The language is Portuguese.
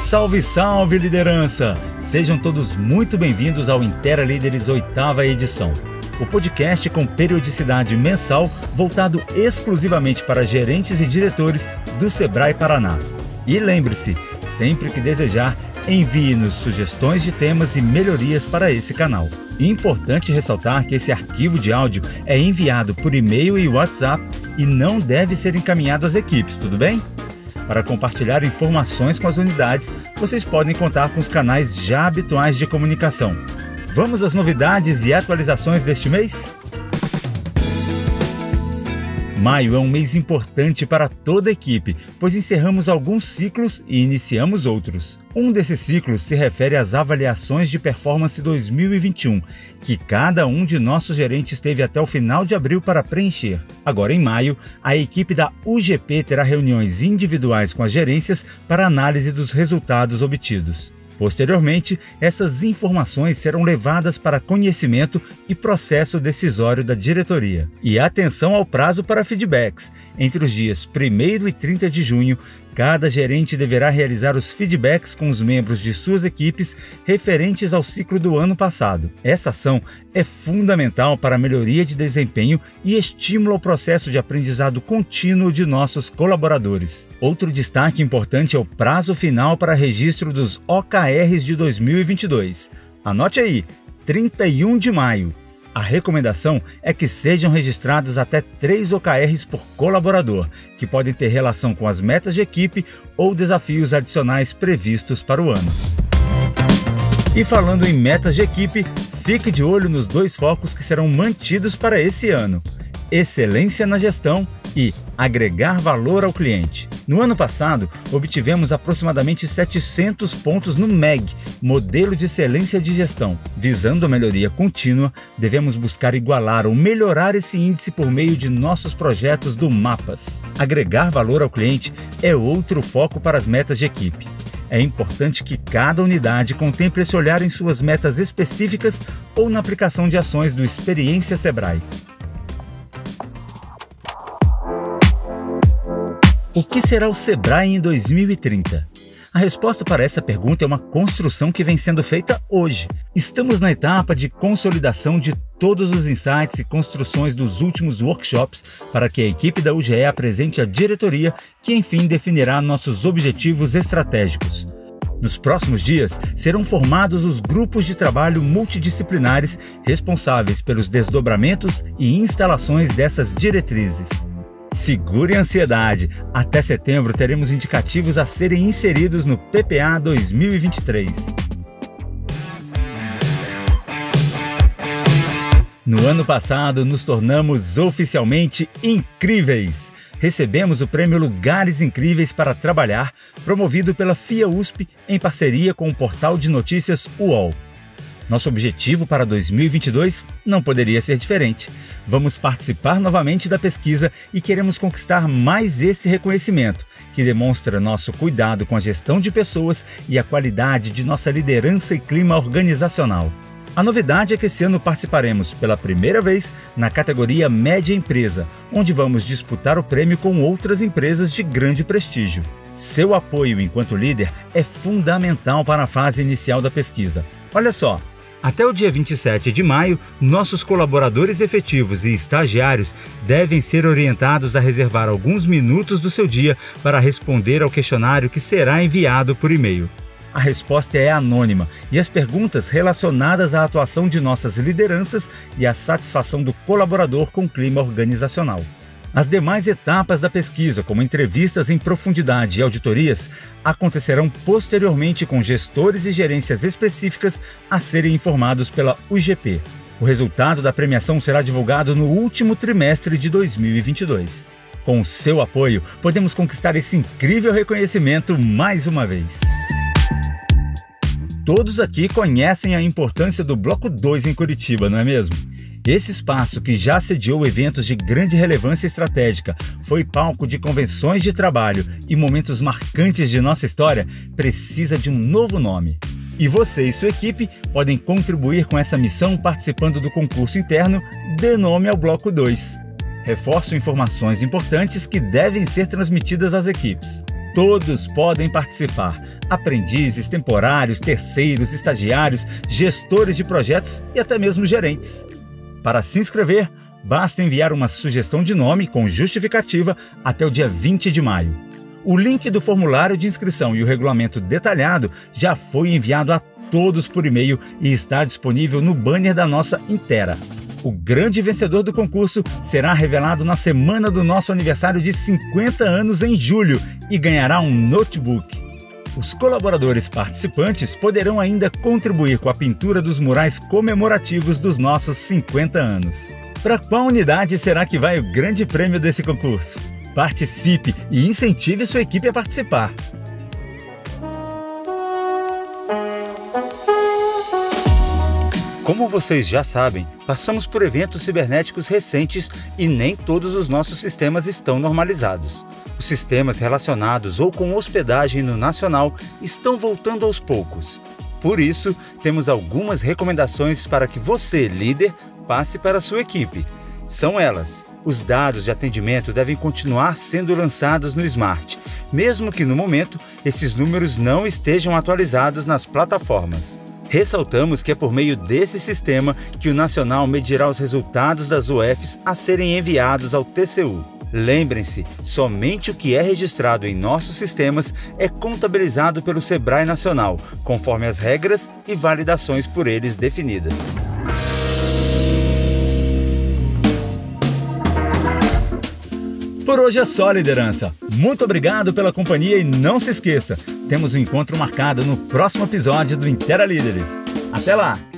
Salve, salve, liderança! Sejam todos muito bem-vindos ao Intera Líderes 8ª edição, o podcast com periodicidade mensal voltado exclusivamente para gerentes e diretores do Sebrae Paraná. E lembre-se, sempre que desejar, envie-nos sugestões de temas e melhorias para esse canal. Importante ressaltar que esse arquivo de áudio é enviado por e-mail e WhatsApp e não deve ser encaminhado às equipes, tudo bem? Para compartilhar informações com as unidades, vocês podem contar com os canais já habituais de comunicação. Vamos às novidades e atualizações deste mês? Maio é um mês importante para toda a equipe, pois encerramos alguns ciclos e iniciamos outros. Um desses ciclos se refere às avaliações de performance 2021, que cada um de nossos gerentes teve até o final de abril para preencher. Agora, em maio, a equipe da UGP terá reuniões individuais com as gerências para análise dos resultados obtidos. Posteriormente, essas informações serão levadas para conhecimento e processo decisório da diretoria. E atenção ao prazo para feedbacks. Entre os dias 1º e 30 de junho, cada gerente deverá realizar os feedbacks com os membros de suas equipes referentes ao ciclo do ano passado. Essa ação é fundamental para a melhoria de desempenho e estímulo ao processo de aprendizado contínuo de nossos colaboradores. Outro destaque importante é o prazo final para registro dos OKRs de 2022. Anote aí, 31 de maio. A recomendação é que sejam registrados até 3 OKRs por colaborador, que podem ter relação com as metas de equipe ou desafios adicionais previstos para o ano. E falando em metas de equipe, fique de olho nos 2 focos que serão mantidos para esse ano: excelência na gestão e agregar valor ao cliente. No ano passado, obtivemos aproximadamente 700 pontos no MEG, Modelo de Excelência de Gestão. Visando a melhoria contínua, devemos buscar igualar ou melhorar esse índice por meio de nossos projetos do MAPAS. Agregar valor ao cliente é outro foco para as metas de equipe. É importante que cada unidade contemple esse olhar em suas metas específicas ou na aplicação de ações do Experiência Sebrae. O que será o Sebrae em 2030? A resposta para essa pergunta é uma construção que vem sendo feita hoje. Estamos na etapa de consolidação de todos os insights e construções dos últimos workshops para que a equipe da UGE apresente à diretoria, que enfim definirá nossos objetivos estratégicos. Nos próximos dias, serão formados os grupos de trabalho multidisciplinares responsáveis pelos desdobramentos e instalações dessas diretrizes. Segure a ansiedade, até setembro teremos indicativos a serem inseridos no PPA 2023. No ano passado, nos tornamos oficialmente incríveis. Recebemos o prêmio Lugares Incríveis para Trabalhar, promovido pela FIA-USP em parceria com o portal de notícias UOL. Nosso objetivo para 2022 não poderia ser diferente. Vamos participar novamente da pesquisa e queremos conquistar mais esse reconhecimento, que demonstra nosso cuidado com a gestão de pessoas e a qualidade de nossa liderança e clima organizacional. A novidade é que esse ano participaremos pela primeira vez na categoria Média Empresa, onde vamos disputar o prêmio com outras empresas de grande prestígio. Seu apoio enquanto líder é fundamental para a fase inicial da pesquisa. Olha só, até o dia 27 de maio, nossos colaboradores efetivos e estagiários devem ser orientados a reservar alguns minutos do seu dia para responder ao questionário que será enviado por e-mail. A resposta é anônima e as perguntas relacionadas à atuação de nossas lideranças e à satisfação do colaborador com o clima organizacional. As demais etapas da pesquisa, como entrevistas em profundidade e auditorias, acontecerão posteriormente com gestores e gerências específicas a serem informados pela UGP. O resultado da premiação será divulgado no último trimestre de 2022. Com o seu apoio, podemos conquistar esse incrível reconhecimento mais uma vez. Todos aqui conhecem a importância do Bloco 2 em Curitiba, não é mesmo? Esse espaço, que já sediou eventos de grande relevância estratégica, foi palco de convenções de trabalho e momentos marcantes de nossa história, precisa de um novo nome. E você e sua equipe podem contribuir com essa missão participando do concurso interno Dê Nome ao Bloco 2. Reforço informações importantes que devem ser transmitidas às equipes. Todos podem participar: aprendizes, temporários, terceiros, estagiários, gestores de projetos e até mesmo gerentes. Para se inscrever, basta enviar uma sugestão de nome com justificativa até o dia 20 de maio. O link do formulário de inscrição e o regulamento detalhado já foi enviado a todos por e-mail e está disponível no banner da nossa Intera. O grande vencedor do concurso será revelado na semana do nosso aniversário de 50 anos em julho e ganhará um notebook. Os colaboradores participantes poderão ainda contribuir com a pintura dos murais comemorativos dos nossos 50 anos. Para qual unidade será que vai o grande prêmio desse concurso? Participe e incentive sua equipe a participar. Como vocês já sabem, passamos por eventos cibernéticos recentes e nem todos os nossos sistemas estão normalizados. Os sistemas relacionados ou com hospedagem no nacional estão voltando aos poucos. Por isso, temos algumas recomendações para que você, líder, passe para a sua equipe. São elas: os dados de atendimento devem continuar sendo lançados no Smart, mesmo que no momento esses números não estejam atualizados nas plataformas. Ressaltamos que é por meio desse sistema que o Nacional medirá os resultados das UFs a serem enviados ao TCU. Lembrem-se, somente o que é registrado em nossos sistemas é contabilizado pelo Sebrae Nacional, conforme as regras e validações por eles definidas. Por hoje é só, liderança. Muito obrigado pela companhia e não se esqueça, temos um encontro marcado no próximo episódio do Intera Líderes. Até lá!